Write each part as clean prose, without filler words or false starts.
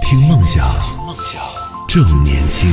听梦想，正年轻。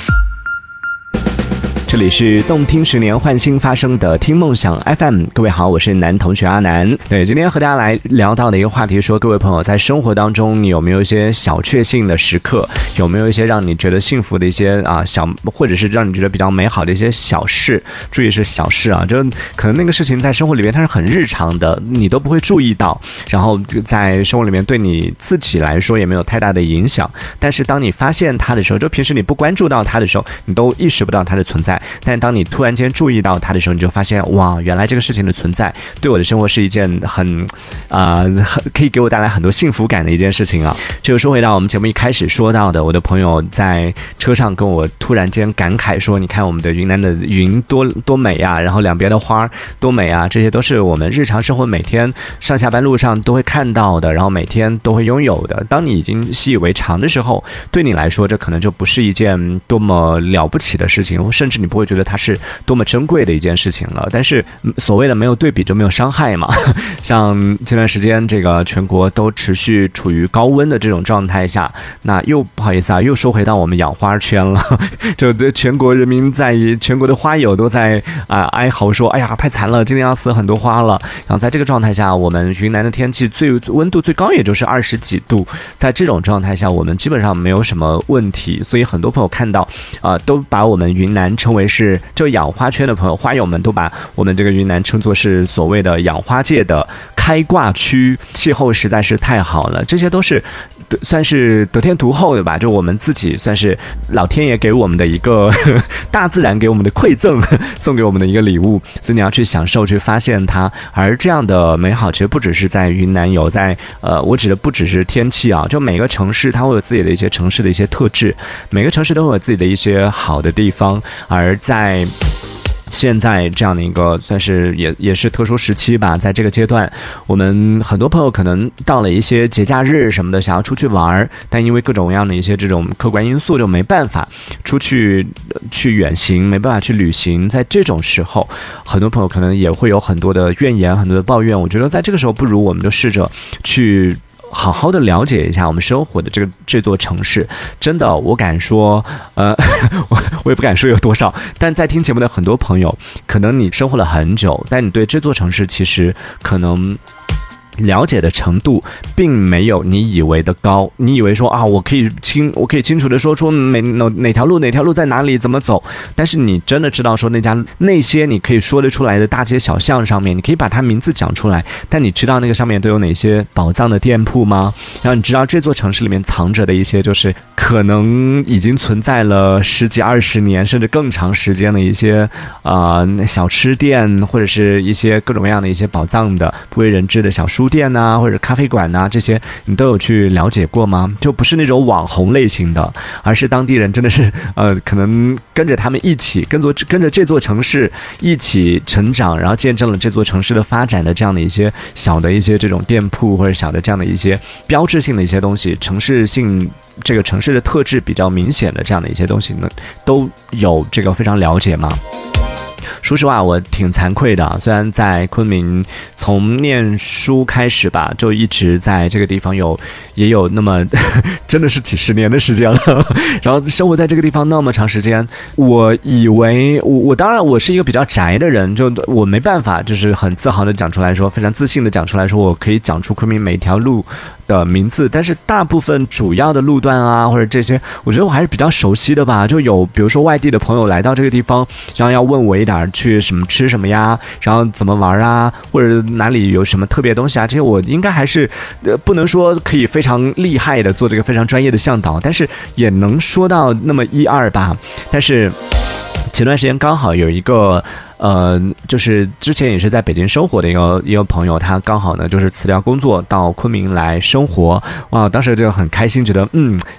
这里是动听10年焕新发生的听梦想 FM， 各位好，我是男同学阿南。对，今天和大家来聊到的一个话题说，各位朋友在生活当中，你有没有一些小确幸的时刻？有没有一些让你觉得幸福的一些小，或者是让你觉得比较美好的一些小事？注意是小事啊，就可能那个事情在生活里面它是很日常的，你都不会注意到，然后在生活里面对你自己来说也没有太大的影响。但是当你发现它的时候，就平时你不关注到它的时候，你都意识不到它的存在。但当你突然间注意到它的时候，你就发现哇，原来这个事情的存在对我的生活是一件很可以给我带来很多幸福感的一件事情啊。这就说回到我们节目一开始说到的，我的朋友在车上跟我突然间感慨说，你看我们的云南的云多美啊，然后两边的花多美啊，这些都是我们日常生活每天上下班路上都会看到的，然后每天都会拥有的。当你已经习以为常的时候，对你来说这可能就不是一件多么了不起的事情，甚至你不会觉得它是多么珍贵的一件事情了。但是所谓的没有对比就没有伤害嘛，像这段时间这个全国都持续处于高温的这种状态下，那又不好意思啊，又说回到我们养花圈了。就全国人民全国的花友都在哀嚎说，哎呀太惨了，今天要死很多花了。然后在这个状态下，我们云南的天气温度最高也就是20几度，在这种状态下我们基本上没有什么问题。所以很多朋友看到都把我们云南称为是，就养花圈的朋友花友们都把我们这个云南称作是所谓的养花界的开挂区，气候实在是太好了，这些都是算是得天独厚的吧，就我们自己算是老天爷给我们的一个大自然给我们的馈赠，送给我们的一个礼物，所以你要去享受去发现它。而这样的美好其实不只是在云南有，在我指的不只是天气啊，就每个城市它会有自己的一些城市的一些特质，每个城市都会有自己的一些好的地方。而在现在这样的一个算是也是特殊时期吧，在这个阶段，我们很多朋友可能到了一些节假日什么的想要出去玩，但因为各种各样的一些这种客观因素就没办法出去远行，没办法去旅行。在这种时候，很多朋友可能也会有很多的怨言，很多的抱怨。我觉得在这个时候，不如我们就试着去好的了解一下我们生活的这座城市。真的，我敢说我也不敢说有多少，但在听节目的很多朋友，可能你生活了很久，但你对这座城市其实可能了解的程度并没有你以为的高。你以为说我可以清楚的说出哪条路在哪里怎么走，但是你真的知道说那些你可以说得出来的大街小巷上面，你可以把它名字讲出来，但你知道那个上面都有哪些宝藏的店铺吗？然后你知道这座城市里面藏着的一些就是可能已经存在了10几20年甚至更长时间的一些小吃店，或者是一些各种各样的一些宝藏的不为人知的小书店啊，或者咖啡馆啊，这些你都有去了解过吗？就不是那种网红类型的，而是当地人真的是可能跟着他们一起跟着这座城市一起成长，然后见证了这座城市的发展的这样的一些小的一些这种店铺，或者小的这样的一些标志性的一些东西，这个城市的特质比较明显的这样的一些东西呢，都有这个非常了解吗？说实话，我挺惭愧的，虽然在昆明从念书开始吧，就一直在这个地方也有那么真的是几十年的时间了，然后生活在这个地方那么长时间，我以为我当然我是一个比较宅的人，就我没办法就是很自豪的讲出来说，非常自信的讲出来说我可以讲出昆明每一条路的名字，但是大部分主要的路段啊或者这些，我觉得我还是比较熟悉的吧。就有比如说外地的朋友来到这个地方，然后要问我一点去吃什么呀，然后怎么玩啊，或者哪里有什么特别东西啊，这些我应该还是不能说可以非常厉害的做这个非常专业的向导，但是也能说到那么1、2吧。但是前段时间刚好有一个就是之前也是在北京生活的一个朋友，他刚好呢就是辞掉工作到昆明来生活，哇，当时就很开心，觉得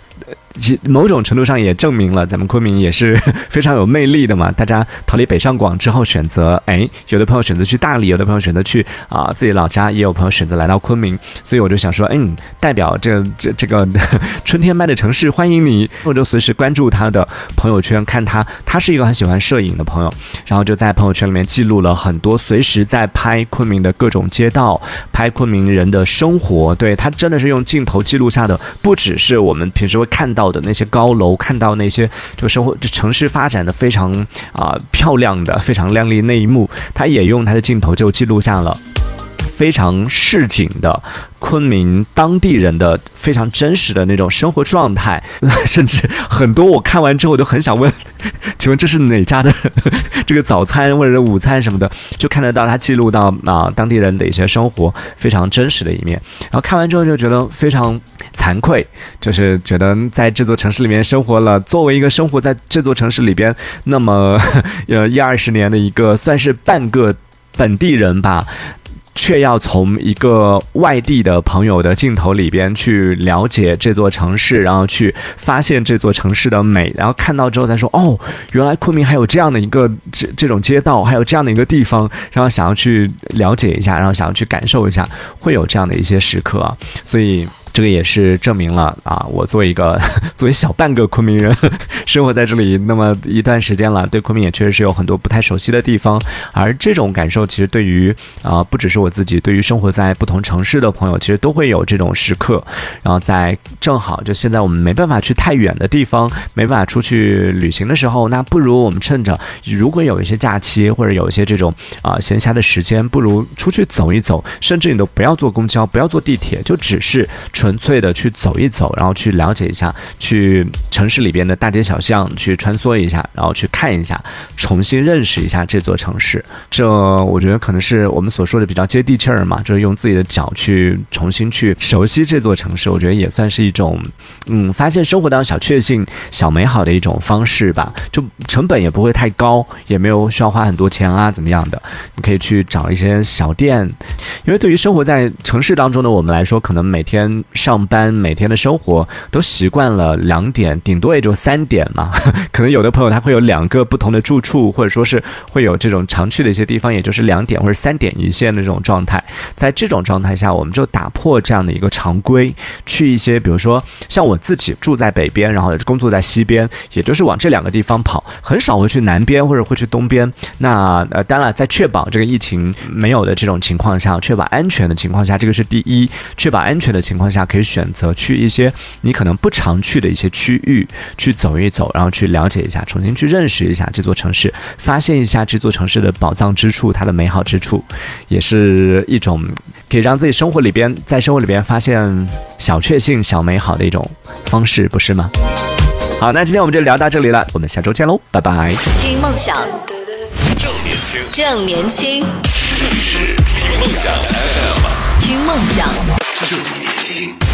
某种程度上也证明了咱们昆明也是非常有魅力的嘛。大家逃离北上广之后选择，有的朋友选择去大理，有的朋友选择去自己老家，也有朋友选择来到昆明。所以我就想说，代表这个春天般的城市欢迎你，我就随时关注他的朋友圈，看他是一个很喜欢摄影的朋友，然后就在朋友圈里面记录了很多，随时在拍昆明的各种街道，拍昆明人的生活。对，他真的是用镜头记录下的，不只是我们平时会看到的那些高楼，看到那些就城市发展的非常漂亮的、非常亮丽那一幕，他也用他的镜头就记录下了非常市井的昆明当地人的非常真实的那种生活状态，甚至很多我看完之后都很想问，请问这是哪家的这个早餐或者是午餐什么的，就看得到他记录到当地人的一些生活非常真实的一面。然后看完之后就觉得非常惭愧，就是觉得在这座城市里面生活了，作为一个生活在这座城市里边那么10-20年的一个算是半个本地人吧，却要从一个外地的朋友的镜头里边去了解这座城市，然后去发现这座城市的美，然后看到之后才说，原来昆明还有这样的一个这种街道，还有这样的一个地方，然后想要去了解一下，然后想要去感受一下，会有这样的一些时刻啊。所以这个也是证明了我作为小半个昆明人，生活在这里那么一段时间了，对昆明也确实是有很多不太熟悉的地方。而这种感受其实对于不只是我自己，对于生活在不同城市的朋友，其实都会有这种时刻。然后在正好就现在我们没办法去太远的地方，没办法出去旅行的时候，那不如我们趁着如果有一些假期或者有一些这种闲暇的时间，不如出去走一走，甚至你都不要坐公交，不要坐地铁，就只是纯粹的去走一走，然后去了解一下，去城市里边的大街小巷去穿梭一下，然后去看一下，重新认识一下这座城市。这我觉得可能是我们所说的比较接地气儿嘛，就是用自己的脚去重新去熟悉这座城市，我觉得也算是一种发现生活当中小确幸、小美好的一种方式吧。就成本也不会太高，也没有需要花很多钱怎么样的，你可以去找一些小店。因为对于生活在城市当中的我们来说，可能每天上班，每天的生活都习惯了2点，顶多也就3点嘛。可能有的朋友他会有2个不同的住处，或者说是会有这种常去的一些地方，也就是2点或者3点一线的这种状态。在这种状态下，我们就打破这样的一个常规，去一些比如说像我自己住在北边，然后工作在西边，也就是往这2个地方跑，很少会去南边或者会去东边。那当然在确保这个疫情没有的这种情况下，确保安全的情况下，这个是第一，确保安全的情况下可以选择去一些你可能不常去的一些区域去走一走，然后去了解一下，重新去认识一下这座城市，发现一下这座城市的宝藏之处，它的美好之处，也是一种可以让自己在生活里边发现小确幸、小美好的一种方式，不是吗？好，那今天我们就聊到这里了，我们下周见喽，拜拜。 听梦想，正年轻，这里是听梦想 FM， 听梦想，正年轻。